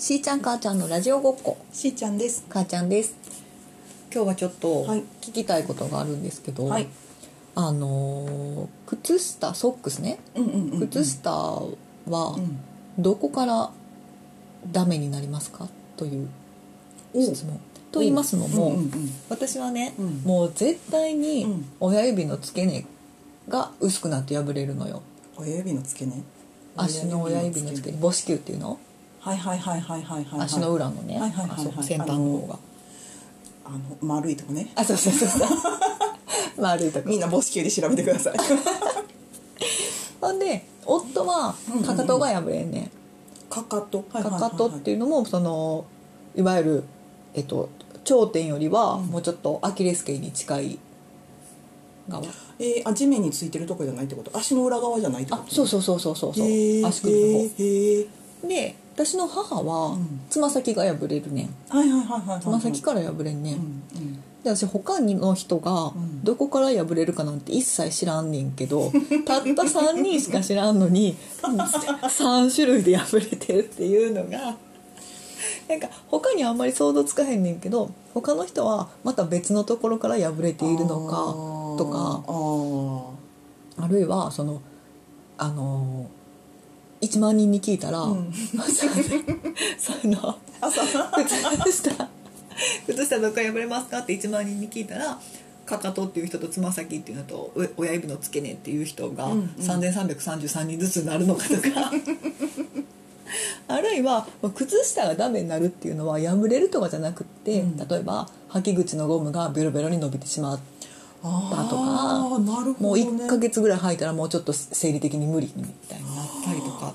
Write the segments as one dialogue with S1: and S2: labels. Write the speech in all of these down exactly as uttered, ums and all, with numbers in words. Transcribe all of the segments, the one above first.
S1: しーちゃん母ちゃんのラジオごっこ。
S2: しーちゃんです。
S1: 母ちゃんです。今日はちょっと
S2: はい
S1: 聞きたいことがあるんですけど、
S2: はい。
S1: あのー靴下ソックスね、
S2: うんうんうんうん。
S1: 靴下は
S2: うん
S1: どこからダメになりますかという質問と言いますのも、
S2: うんうんうん、
S1: 私はね、
S2: うん
S1: もう絶対
S2: う
S1: に
S2: ん
S1: 親指の付け根が薄くなって破れるのよ。
S2: 親指の付け根。
S1: 足の親指の付け根、母子球っていうの、
S2: はいはいはいはいはいはい、はい。
S1: 足の裏のね、
S2: はいはいはいはい
S1: あそこ先端の方が、
S2: あの丸いとこね。
S1: あ、そうそうそうそう丸いとこ。
S2: みんな母子球で調べてください。
S1: ほんで夫はかかとが破れんねん。
S2: かかと。
S1: かかとっていうのもそのいわゆるえっと頂点よりはもうちょっとアキレス腱に近い側。
S2: えー、あ、地面についてるとこじゃないってこと。足の裏側じゃないってこと。
S1: あ、そうそうそうそうそうそう。
S2: へー
S1: 足首の方。
S2: へー
S1: で、私の母は
S2: うん
S1: つま先が破れるねん。
S2: はいはいはいはいはい。
S1: つま先から破れんねん。
S2: うんうん
S1: で、私他の人が
S2: ん
S1: どこから破れるかなんて一切知らんねんけど、たったさんにんしか知らんのにさん種類で破れてるっていうのがなんか他にあんまり想像つかへんねんけど、他の人はまた別のところから破れているのかとか、
S2: あー
S1: あるいはそのあのいちまんにんに聞いたら、
S2: うん
S1: その
S2: あそう
S1: 靴下靴下どこから破れますかっていちまんにんに聞いたら、かかとっていう人とつま先っていうのと親指の付け根っていう人が
S2: うんうん
S1: さんぜんさんびゃくさんじゅうさんにんずつになるのかとかあるいは靴下がダメになるっていうのは破れるとかじゃなくって、
S2: うん
S1: 例えば履き口のゴムがベロベロに伸びてしまう
S2: あ
S1: だとか、
S2: ーなるほどね、
S1: もういっかげつぐらい履いたらもうちょっと生理的に無理みたいになったりとかって、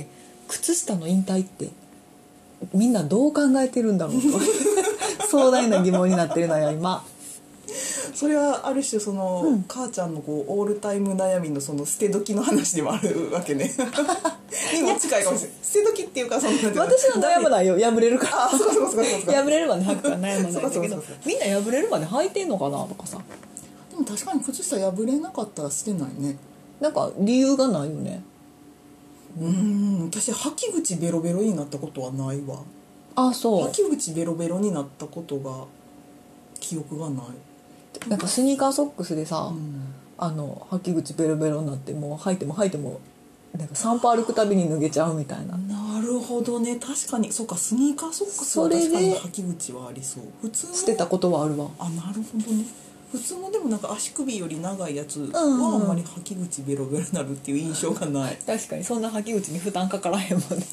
S1: 靴下の引退ってみんなどう考えてるんだろうと壮大な疑問になってるのよ今。
S2: それはある種その、
S1: うん
S2: 母ちゃんのこうオールタイム悩みのその捨て時の話でもあるわけねにも近いかもしれない。捨て時っていうかそのなんていうの
S1: 私は悩まないよ、破れるから。
S2: あ、そうかそうかそうかそうか。
S1: 破れるまで履くから悩まないんだけど、
S2: そうかそうかそうか
S1: みんな破れるまで履いてんのかなとかさ、
S2: でも確かに靴下破れなかったら捨てないね。
S1: なんか理由がないよね。
S2: うーん、私履き口ベロベロになったことはないわ。
S1: あ、そ
S2: 履き口ベロベロになったことが記憶がない。
S1: う。なんかスニーカーソックスでさ、
S2: うん
S1: あの履き口ベロベロになってもう履いても履いてもなんか散歩歩くたびに脱げちゃうみたいな。
S2: なるほどね。確かにそうか、スニーカーソックスは
S1: それで
S2: 確かに履き口はありそう。普通の
S1: 捨てたことはあるわ。
S2: あ、なるほどね。普通のでもなんか足首より長いやつは
S1: うんうん
S2: あんまり履き口ベロベロになるっていう印象がない。
S1: 確かにそんな履き口に負担かからへんもんね。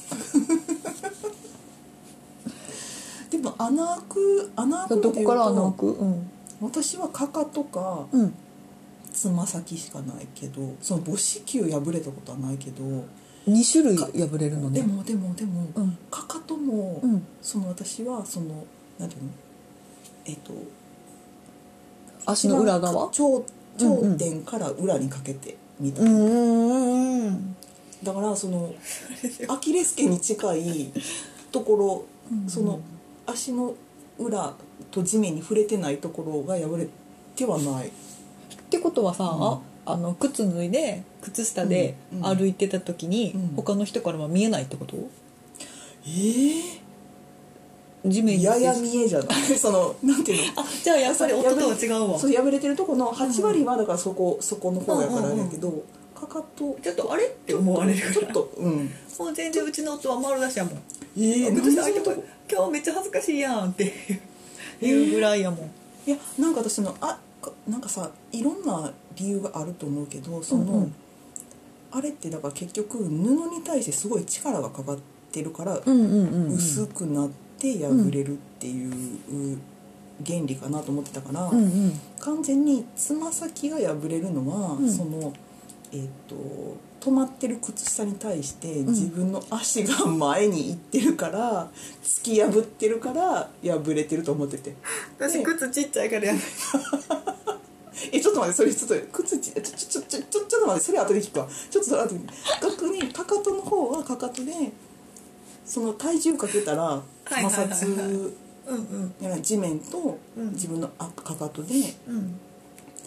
S2: でも穴開く穴開く
S1: ど
S2: っていう
S1: こから穴開
S2: と、
S1: く？うん
S2: 私はかかとか
S1: うん
S2: つま先しかないけど、その母子球破れたことはないけど、
S1: に種類破れるのね。
S2: でもでもでも、
S1: うん
S2: かかとも、
S1: うん
S2: その私はそのなんていうの、えっと
S1: 足の裏側？
S2: 頂頂点から裏にかけてみた
S1: う
S2: いな、
S1: ーん。
S2: だからそのアキレス腱に近いところ、その足の裏と地面に触れてないところが破れてはない。
S1: ってことはさ、
S2: うん
S1: あの靴脱いで靴下で
S2: うんうん
S1: 歩いてた時に、
S2: うん
S1: 他の人からは見えないってこと？
S2: えー、
S1: 地面に
S2: やや見えじゃないそのなんていうの、
S1: あ、じゃあやっぱり夫とは違うわ。
S2: そう破れてるとこのはち割はだからそこ、そこの方やからやけど、かかと
S1: ちょっとあれって思われるから。
S2: ちょっとうん、
S1: もう全然うちの夫は丸出しやもん。
S2: えー、
S1: 靴下
S2: なんでそんな
S1: 開いてこ今日めっちゃ恥ずかしいやんっていうぐらいやもん。
S2: いやなんか私のあかなんかさ、いろんな理由があると思うけど、その、
S1: うんうん
S2: あれってだから結局布に対してすごい力がかかってるから、
S1: うんうんうんうん。
S2: 薄くなって破れるっていう原理かなと思ってたから、
S1: うんうん。
S2: 完全につま先が破れるのは、
S1: うん
S2: そのえっ、と止まってる靴下に対して自分の足が前に行ってるから突き破ってるから破れてると思ってて。
S1: 私
S2: で
S1: 靴ちっちゃいからやめ
S2: えちょっと待って、それちょっと靴ちちょちょちょちょちょちょっと待って、それ後で聞くわ。ちょっとそれ後で逆にかかとの方はかかとでその体重かけたら摩擦、
S1: うんうん
S2: 地面と
S1: うん
S2: 自分のあかかとで
S1: うん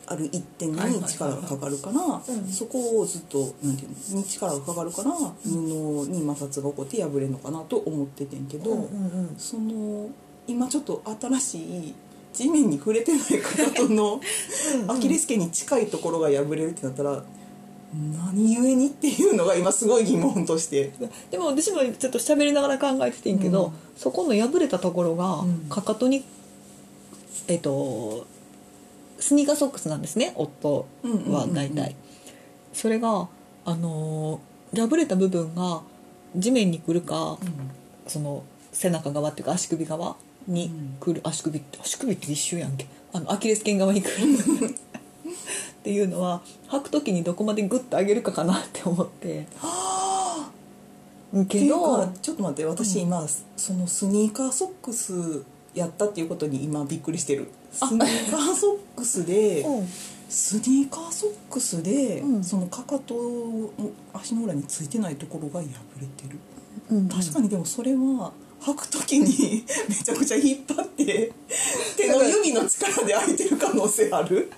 S2: ある一点に力がかかるから、そこをずっとなんていうのに力がかかるから布に摩擦が起こって破れるのかなと思っててんけど、
S1: うんうんうん、
S2: その今ちょっと新しい地面に触れてないかかとのアキレス腱に近いところが破れるってなったら何故にっていうのが今すごい疑問として。
S1: でも私もちょっと喋りながら考えててんけど、うん、そこの破れたところがかかとに、えっとスニーカーソックスなんですね、夫は大体、うんうんうんうん、それがあのー、破れた部分が地面に来るか、うん、その背中側っていうか足首側に来る、うん、足首って足首って一緒やんけ、あのアキレス腱側に来るっていうのは履く時にどこまでグッと上げるかかなって思って、
S2: は
S1: あけど
S2: ちょっと待って、私今、うん、そのスニーカーソックスやったっていうことに今びっくりしてる。スニーカーソックスで、うん、スニーカーソックスで、うん、そのかかと足の裏についてないところが破れてる、うんうん、確かに。でもそれは履く時にめちゃくちゃ引っ張って手の指の力で開いてる可能性ある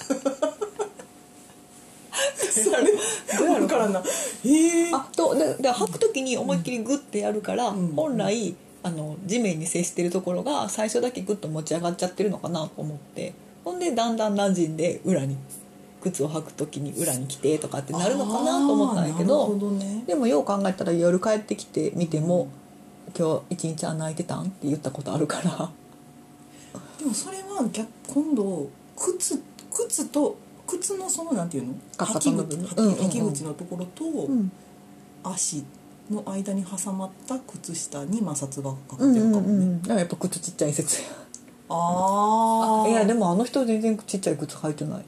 S2: それ分からんな。えー、
S1: あとでで履く時に思いっきりグッてやるから、うん、本来あの地面に接してるところが最初だけグッと持ち上がっちゃってるのかなと思って、ほんでだんだん馴染んで裏に靴を履く時に裏に来てとかってなるのかなと思ったんやけど、
S2: ね、
S1: でもよう考えたら夜帰ってきて見ても、うん、今日一日穴開いてたんって言ったことあるから
S2: でもそれは逆今度靴靴と靴のそのなんていうの履き口、履き口のところと、うん、足の間に挟まった靴下に摩擦がかかってるかもね、うんうんうん、
S1: だからやっぱ靴ちっちゃい説や。
S2: あ
S1: あ、いやでもあの人全然ちっちゃい靴履いてない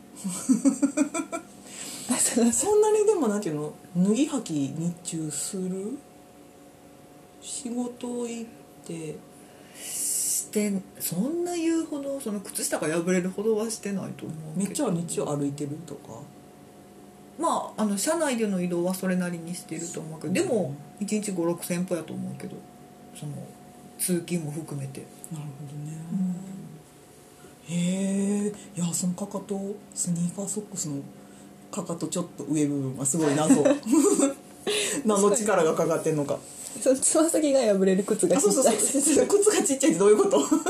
S2: そんなにでもなんていうの脱ぎ履き日中する仕事行って
S1: してそんな言うほどその靴下が破れるほどはしてないと思うけど、
S2: めっちゃ日中歩いてるとか、
S1: まあ、あの車内での移動はそれなりにしてると思うけど、でもいちにちご、ろくせん歩やと思うけど、その通勤も含めて。
S2: なるほどね、うん、へえ。いやそのかかとスニーカーソックスのかかとちょっと上部分はすごい謎何の力がかかってんのか。
S1: そのつま先が破れる靴がちっちゃい。
S2: そうそうそう靴がちっちゃいってどういうことだから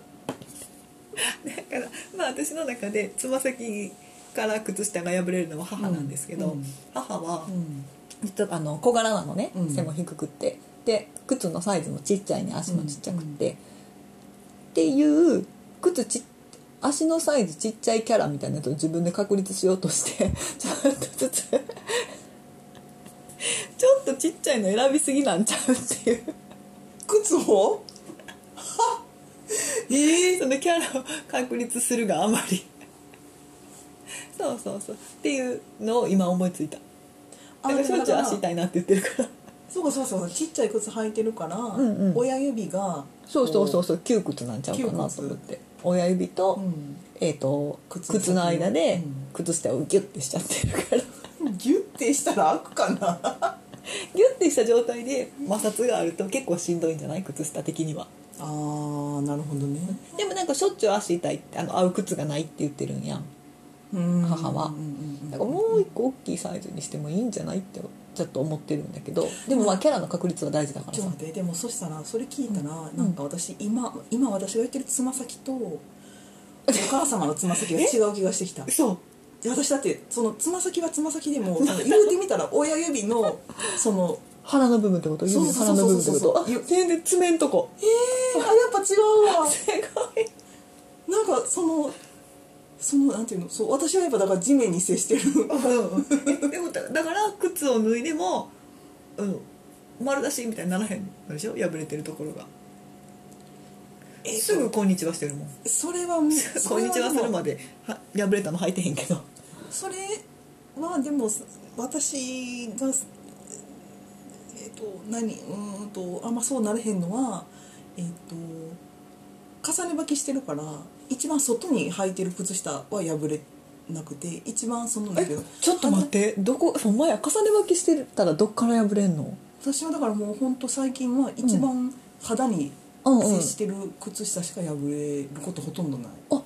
S1: まあ私の中でつま先から靴下が破れるのは母なんですけど、うん、母は、うん、ちょっとあの小柄なのね、うん、背も低くってで靴のサイズもちっちゃいね、足もちっちゃくって、うん、っていう靴ち足のサイズちっちゃいキャラみたいなやつを自分で確立しようとしてちょっとずつちょっとちっちゃいの選びすぎなんちゃうっていう
S2: 靴を
S1: えー、そのキャラを確立するがあまりそうそうそうっていうのを今思いついた。だからしょっちゅう足痛いなって言ってるから
S2: そうかそうそうちっちゃい靴履いてるから、うんうん、親指が
S1: そうそうそうそう窮屈なんちゃうかなと思って、親指と、うん、えーと靴, 靴の間で靴下をギュッてしちゃってるから
S2: ギュッてしたら開くかな
S1: ギュッてした状態で摩擦があると結構しんどいんじゃない、靴下的には。
S2: あーなるほどね。
S1: でもなんかしょっちゅう足痛いってあの合う靴がないって言ってるんやん母は。だからもう一個大きいサイズにしてもいいんじゃないってちょっと思ってるんだけど、でもまあキャラの確率は大事だからさ。
S2: ちょっと待って、でもそしたらそれ聞いたら、うん、なんか私今今私が言ってるつま先とお母様のつま先が違う気がしてきた
S1: そう
S2: 私だってそのつま先はつま先でもその言うてみたら親指のその
S1: 腹の部分ってこと？指の腹の部分ってこと？全然爪んとこ。
S2: えー、あやっぱ違うわ
S1: すごい。
S2: なんかそのそのなんていうの、そう私はやっぱだから地面に接してる
S1: でも だ, だから靴を脱いでも、うん、丸出しみたいにならへんのでしょ、破れてるところが。えー、すぐこんにちはしてるもん。
S2: それは
S1: こんにちはするまでは破れたの履いてへんけど、
S2: それはでも私がえっ、ー、と何うんとあんまそうなれへんのはえっ、ー、と重ね履きしてるから一番外に履いてる靴下は破れなくて、一番そのだけど
S1: ちょっと待って、どこお前重ね履きしてたらどっから破れんの？
S2: 私はだからもうほんと最近は一番肌に接してる靴下しか破れることほとんどない。
S1: あ、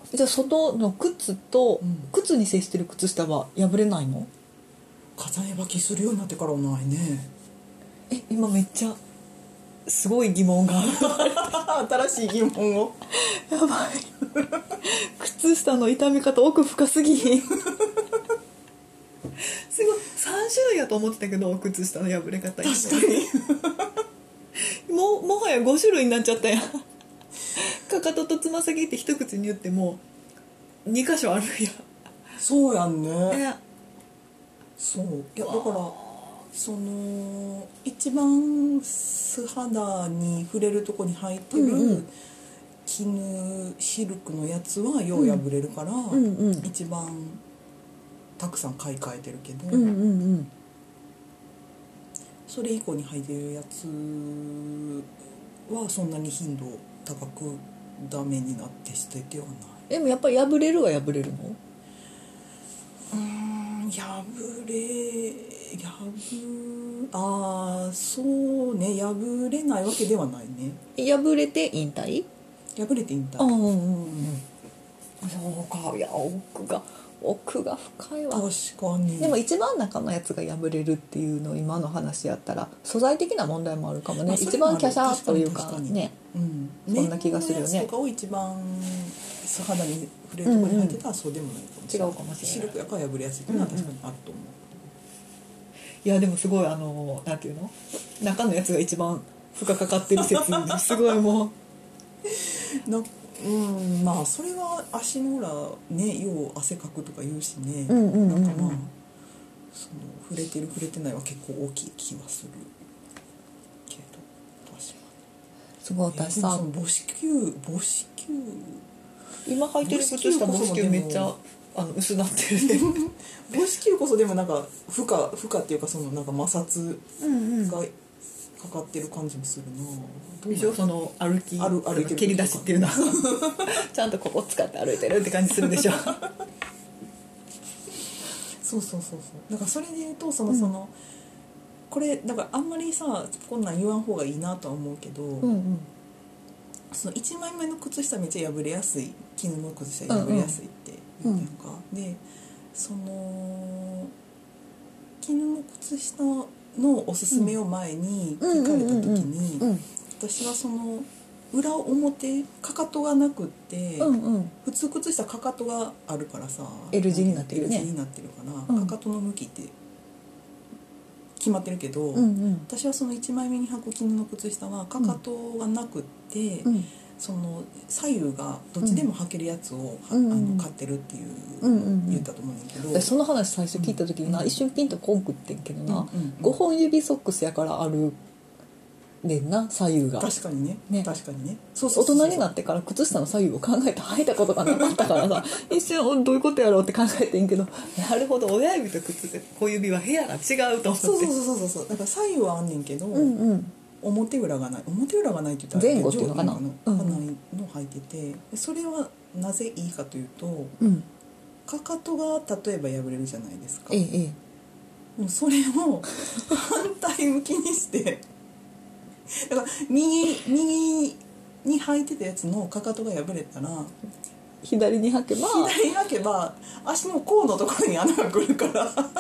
S1: じゃあ外の靴と、
S2: うん、
S1: 靴に接してる靴下は破れないの？
S2: 重ね履きするようになってからはないね。
S1: え今めっちゃすごい疑問が
S2: 新しい疑問を
S1: やばい靴下の傷み方奥深すぎひんすごいさん種類やと思ってたけど靴下の破れ方。
S2: 確か
S1: にももはやご種類になっちゃったやんかかととつま先って一口に言ってもに箇所あるやん。
S2: そうやんね。
S1: え
S2: そういやだからその一番素肌に触れるとこに入ってる、うんうん、絹シルクのやつはよう破れるから、うんうんうん、一番たくさん買い替えてるけど、うんうんうん、それ以降に入ってるやつはそんなに頻度高くダメになって捨ててはない。
S1: でもやっぱり破れるは破れるの？
S2: うーん破れ破ああそうね破れないわけではないね。
S1: 破れて引退？
S2: 破れて引退。
S1: うんうんうんうん。そうか。いや奥が奥が深いわ。
S2: 確かに。
S1: でも一番中のやつが破れるっていうの今の話やったら素材的な問題もあるかもね。一番華奢というかね、うん、そんな気がするよね。
S2: 綿のやつとかを一番素肌に触れるところに入ってたらそうでもないかもしれない。
S1: 違うかもしれない。
S2: シルクやから破れやすいっていうのは確かにあると思う。
S1: いやでもすごいあのなんていうの中のやつが一番負荷かかってる説すごいも
S2: うなうんまあそれは足の裏ねよう汗かくとか言うしね、うんうんうんうん、なんかまあその触れてる触れてないは結構大きい気はするけど確かに
S1: すごい私さ
S2: 母子球母子球
S1: 今履いてる靴下母子球めっちゃあの薄なってるね
S2: 母子球こそでもなんか負荷負荷っていうかそのなんか摩擦がかかってる感じもするな。
S1: 一応その歩き
S2: 歩歩いてる
S1: 蹴り出しっていうのはちゃんとここ使って歩いてるって感じするでしょ
S2: そうそうそうそうだからそれで言うとその、うん、そのこれだからあんまりさこんなん言わん方がいいなとは思うけど、うんうん、そのいちまいめの靴下めっちゃ破れやすい絹の靴下破れやすいって言うやんか、うんうん、でその絹の靴下のおすすめを前に聞かれた時に私はその裏表かかとがなくって、うんうん、普通靴下かかとがあるからさ
S1: L 字になってるね
S2: L 字になってるから、うん、かかとの向きって決まってるけど、うんうん、私はそのいちまいめに履く絹の靴下はかかとがなくって、うん、その左右がどっちでも履けるやつを、うん、あの買ってるっていう、うんうん、言ったと思うんだけど、
S1: その話最初聞いた時にな、うん、一瞬ピンとこんくってんけどな、うんうんうん、ごほん指ソックスやからあるねんな左右が。
S2: 確かに ね, ね確かにね
S1: そうそうそうそう大人になってから靴下の左右を考えて履いたことがなかったからさ一瞬どういうことやろうって考えてんけどなるほど親指と靴で小指は部屋が違うと思って
S2: そうそうそうそうそうだから左右はあんねんけど、うんうん、表裏がない表裏がないって言ったら
S1: 前後っていうのかな、
S2: うん、がないの履いててそれはなぜいいかというと、うん、かかとが例えば破れるじゃないですか、ええ、もうそれを反対向きにしてだから右右に履いてたやつのかかとが破れたら
S1: 左に履けば
S2: 左に履けば足の甲のところに穴が来るから足の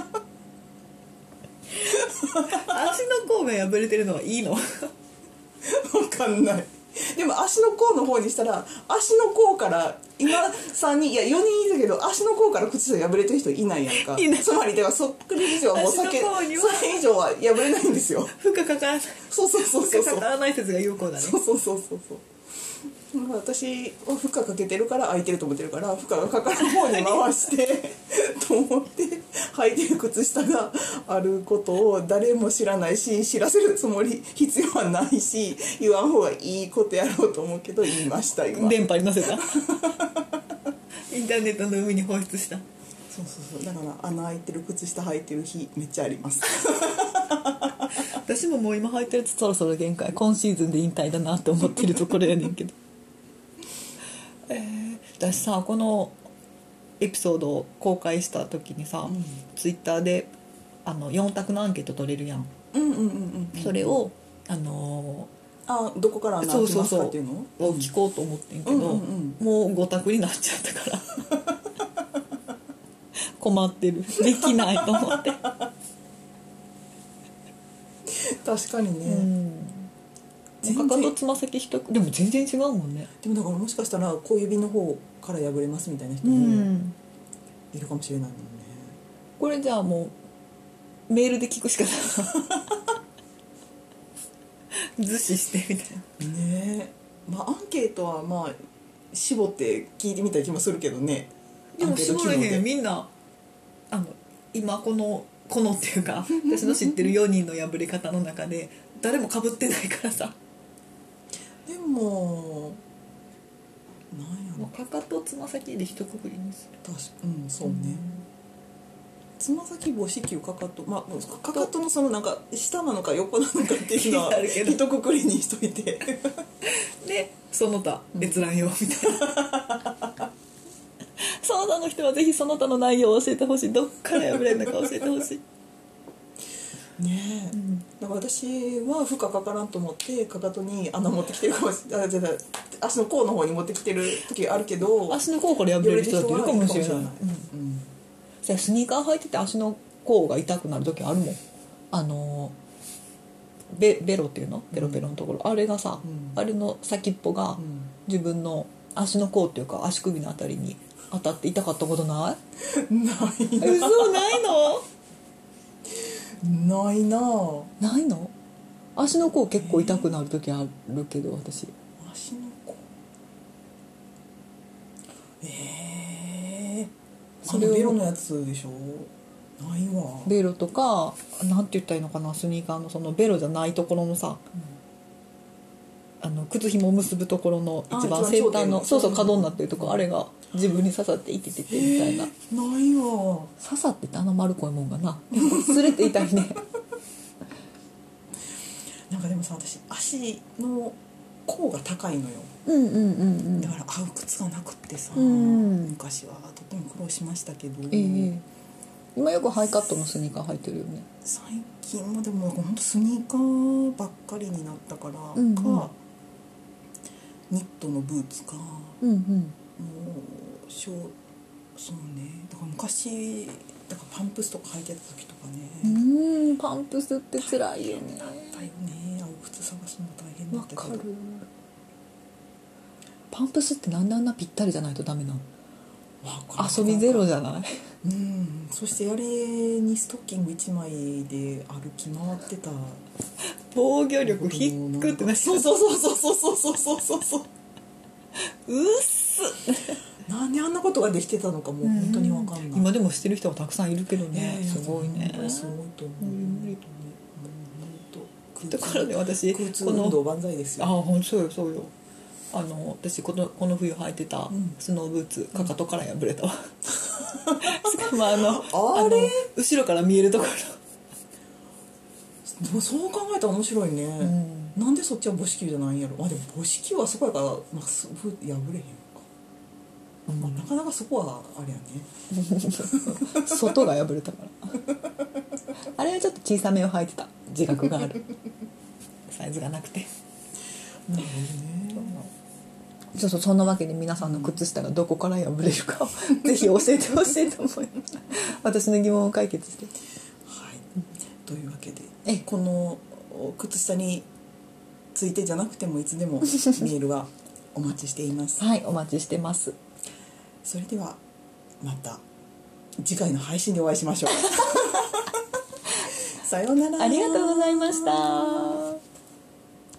S1: 甲が破れてるのはいいの？
S2: 分かんないでも足の甲の方にしたら足の甲から今さんにんいやよにんいるけど足の甲から靴下破れてる人いないやんかいないつまりだからそっくり以上はもう避けそれ以上は破れないんですよ
S1: 負荷かからない
S2: そうそうそうそう
S1: 負荷かからない説が有効だね
S2: そうそうそうそうそう私は負荷かけてるから空いてると思ってるから負荷がかかる方に回してと思って履いてる靴下があることを誰も知らないし知らせるつもり必要はないし言わん方がいいことやろうと思うけど言いました今
S1: 電波に乗せたインターネットの海に放出した
S2: そうそうそうだから穴開いてる靴下履いてる日めっちゃあります
S1: 私ももう今履いてるとそろそろ限界今シーズンで引退だなって思ってるところやねんけどえー、私さこのエピソードを公開した時にさ、うん、ツイッターであのよん択のアンケート取れるやん、うんうんうんうん、それを、あの
S2: あどこから穴開きますかっていうの
S1: を聞こうと思ってんけど、
S2: うんうんうん、
S1: もうご択になっちゃったから困ってる、できないと思って
S2: 確かにね、
S1: うん、かかとつま先一でも全然違うもんね。
S2: でもだからもしかしたら小指の方から破れますみたいな人もいるかもしれないもんね、
S1: うん、これじゃあもうメールで聞くしかない図示してみたいな
S2: ねえ。まあアンケートはまあ絞って聞いてみたい気もするけどね。
S1: でも絞れへん、みんなあの今このこのっていうか私の知ってるよにんの破れ方の中で誰も被ってないからさ。
S2: でもなんやろ、
S1: かかとつま先で一括りにする。
S2: 確かうんそうね、つま先母子球かかと、まあ、かかとのそのなんか下なのか横なのかっていうのは一括りにしといて
S1: でその他閲覧用みたいなその他の人はぜひその他の内容を教えてほしい、どっから破れるのか教えてほしい
S2: ねえ、うん、だから私は負荷かからんと思ってかかとに穴持ってきてるかもしれない、じゃあ足の甲の方に持ってきてる時あるけど、
S1: 足の甲から破れる人だっているかもしれない、うんうん、スニーカー履いてて足の甲が痛くなる時あるもん。あのベ, ベロっていうのベロベロのところ、うん、あれがさ、うん、あれの先っぽが自分の足の甲っていうか足首のあたりに当たって痛かったことない？
S2: ないな。
S1: 嘘ないの？
S2: ないな。
S1: ないの？足の甲結構痛くなる時あるけど、私
S2: 足の甲ええー、それベロのやつでしょ。ないわ。
S1: ベロとかなんて言ったらいいのかな、スニーカーのそのベロじゃないところのさ、うん、あの靴紐を結ぶところの一番先端のそうそう角になってるとこ、あれが自分に刺さっていてててみたいな。
S2: ないわ。
S1: 刺さっててあの丸っこいもんがな擦れて痛いね
S2: なんかでもさ、私足の甲が高いのよ、
S1: うんうんうんうん、
S2: だから合う靴がなくってさ、
S1: うん、
S2: 昔はとても苦労しましたけど、え
S1: ー、今よくハイカットのスニーカー履いてるよね。
S2: 最近もでも本当スニーカーばっかりになったから、うんうん、かニットのブーツか、
S1: うんうん、も
S2: うしょそうね、だから昔だからパンプスとか履いてた時とかね、
S1: うん、パンプスって辛いよね。
S2: だったよね、合う靴探すの大変だったけど。わかる。
S1: パンプスってなんであんなぴったりじゃないとダメなの？遊びゼロじゃない？
S2: うん、そしてあれにストッキングいちまいで歩き回ってた。
S1: 防御力低くってな。
S2: そうそうそうそうそうそうそうそうそう
S1: うっす
S2: なんであんなことができてたのかもう本当に分かんない、うん、
S1: 今でもしてる人はたくさんいるけどね、すごいね、
S2: すごいと思う、うん、
S1: だからね、私
S2: 空通運動万歳ですよ。
S1: ああ、そうよそうよ。あの私この、この冬履いてたスノーブーツ、かかとから破れたわ、うん、しかもあの
S2: あれ
S1: あの後ろから見えるところ。
S2: でもそう考えたら面白いね、うん、なんでそっちは母子球じゃないんやろ。あでも母子球はそこやから、まあ、す破れへんか、うんまあ、なかなかそこはあれやね
S1: 外が破れたからあれはちょっと小さめを履いてた自覚があるサイズがなくて。
S2: なるほどね。
S1: そうそう、そんなわけで皆さんの靴下がどこから破れるかをぜひ教えてほしいと思います私の疑問を解決して。
S2: はい、というわけでえこの靴下についてじゃなくてもいつでもメールはお待ちしています
S1: はい、お待ちしてます。
S2: それではまた次回の配信でお会いしましょうさようなら。
S1: ありがとうございました。